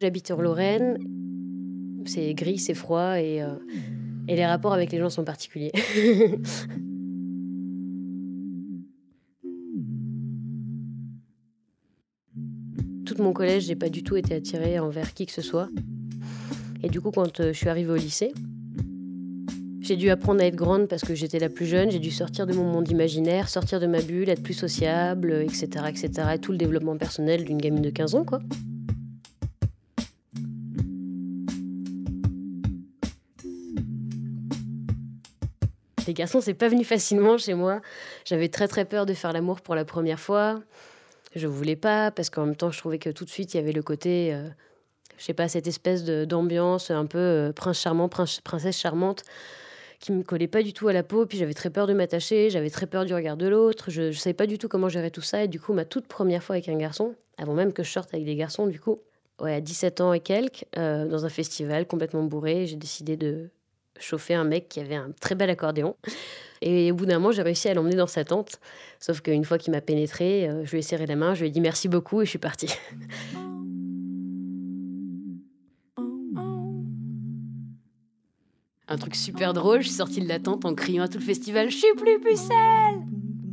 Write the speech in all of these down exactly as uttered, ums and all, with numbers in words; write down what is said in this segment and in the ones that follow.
J'habite en Lorraine, c'est gris, c'est froid et heu et les rapports avec les gens sont particuliers. Tout mon collège, j'ai pas du tout été attirée envers qui que ce soit et du coup, quand, heu, je suis arrivée au lycée, j'ai dû apprendre à être grande parce que j'étais la plus jeune. J'ai dû sortir de mon monde imaginaire, sortir de ma bulle, être plus sociable, heu et cetera et cetera et tout le développement personnel d'une gamine de quinze ans, quoi. Les garçons, c'est pas venu facilement chez moi. J'avais très, très peur de faire l'amour pour la première fois. Je voulais pas parce qu'en même temps, je trouvais que tout de suite, il y avait le côté, heu, je sais pas, cette espèce de d'ambiance un peu, heu, prince charmant, prince princesse charmante qui me collait pas du tout à la peau. Puis j'avais très peur de m'attacher, j'avais très peur du regard de l'autre. Je je savais pas du tout comment gérer tout ça et du coup, ma toute première fois avec un garçon, avant même que je sorte avec des garçons du coup, ouais, à dix-sept ans et quelques, heu, dans un festival complètement bourré, j'ai décidé de chauffer un mec qui avait un très bel accordéon et au bout d'un moment, j'ai réussi à l'emmener dans sa tente. Sauf qu'une fois qu'il m'a pénétrée, heu, je lui ai serré la main, je lui ai dit: «Merci beaucoup» et je suis partie. Un truc super drôle, je suis sortie de la tente en criant à tout le festival: «Je suis plus pucelle!»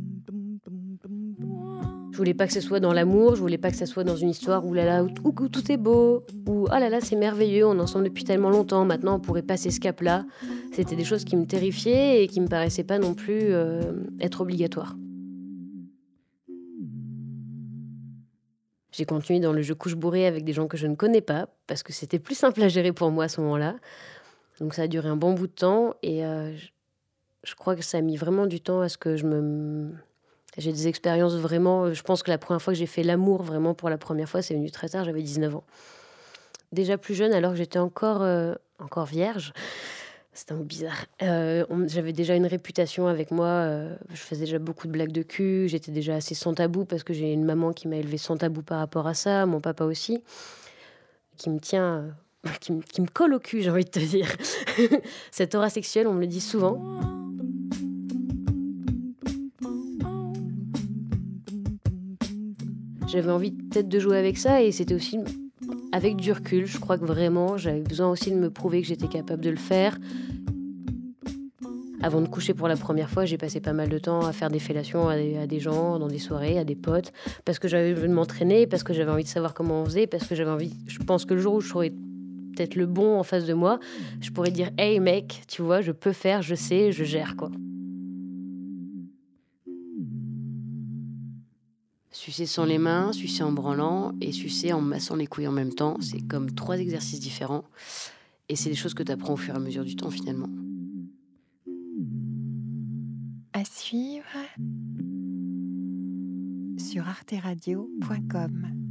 Je voulais pas que ce soit dans l'amour, je voulais pas que ça soit dans une histoire où là là, où t où tout est beau, où «Oh là là, c'est merveilleux, on est ensemble depuis tellement longtemps, maintenant on pourrait passer ce cap-là». C'était des choses qui me terrifiaient et qui me paraissaient pas non plus, heu, être obligatoires. J'ai continué dans le jeu couche bourrée avec des gens que je ne connais pas, parce que c'était plus simple à gérer pour moi à ce moment-là. Donc ça a duré un bon bout de temps et heu, j je crois que ça a mis vraiment du temps à ce que je me m j'ai des expériences vraiment, heu, je pense que la première fois que j'ai fait l'amour vraiment pour la première fois, c'est venu très tard, j'avais dix-neuf ans. Déjà plus jeune, alors que j'étais encore, heu, encore vierge, c'est un mot bizarre, heu, on j'avais déjà une réputation avec moi, heu, je faisais déjà beaucoup de blagues de cul, j'étais déjà assez sans tabou parce que j'ai une maman qui m'a élevée sans tabou par rapport à ça, mon papa aussi, qui me tient, heu, qui me qui me colle au cul, j'ai envie de te dire. Cette aura sexuelle, on me le dit souvent. J'avais envie peut-être de jouer avec ça et c'était aussi avec du recul, je crois que vraiment j'avais besoin aussi de me prouver que j'étais capable de le faire. Avant de coucher pour la première fois, j'ai passé pas mal de temps à faire des fellations à des à des gens, dans des soirées, à des potes, parce que j'avais besoin de m'entraîner, parce que j'avais envie de savoir comment on faisait, parce que j'avais envie je pense que le jour où je serais peut-être le bon en face de moi, je pourrais dire: «Hey mec, tu vois, je peux faire, je sais, je gère, quoi». Sucer sans les mains, sucer en branlant et sucer en me massant les couilles en même temps, c'est comme trois exercices différents et c'est des choses que tu apprends au fur et à mesure du temps, finalement. À suivre sur arte radio point com.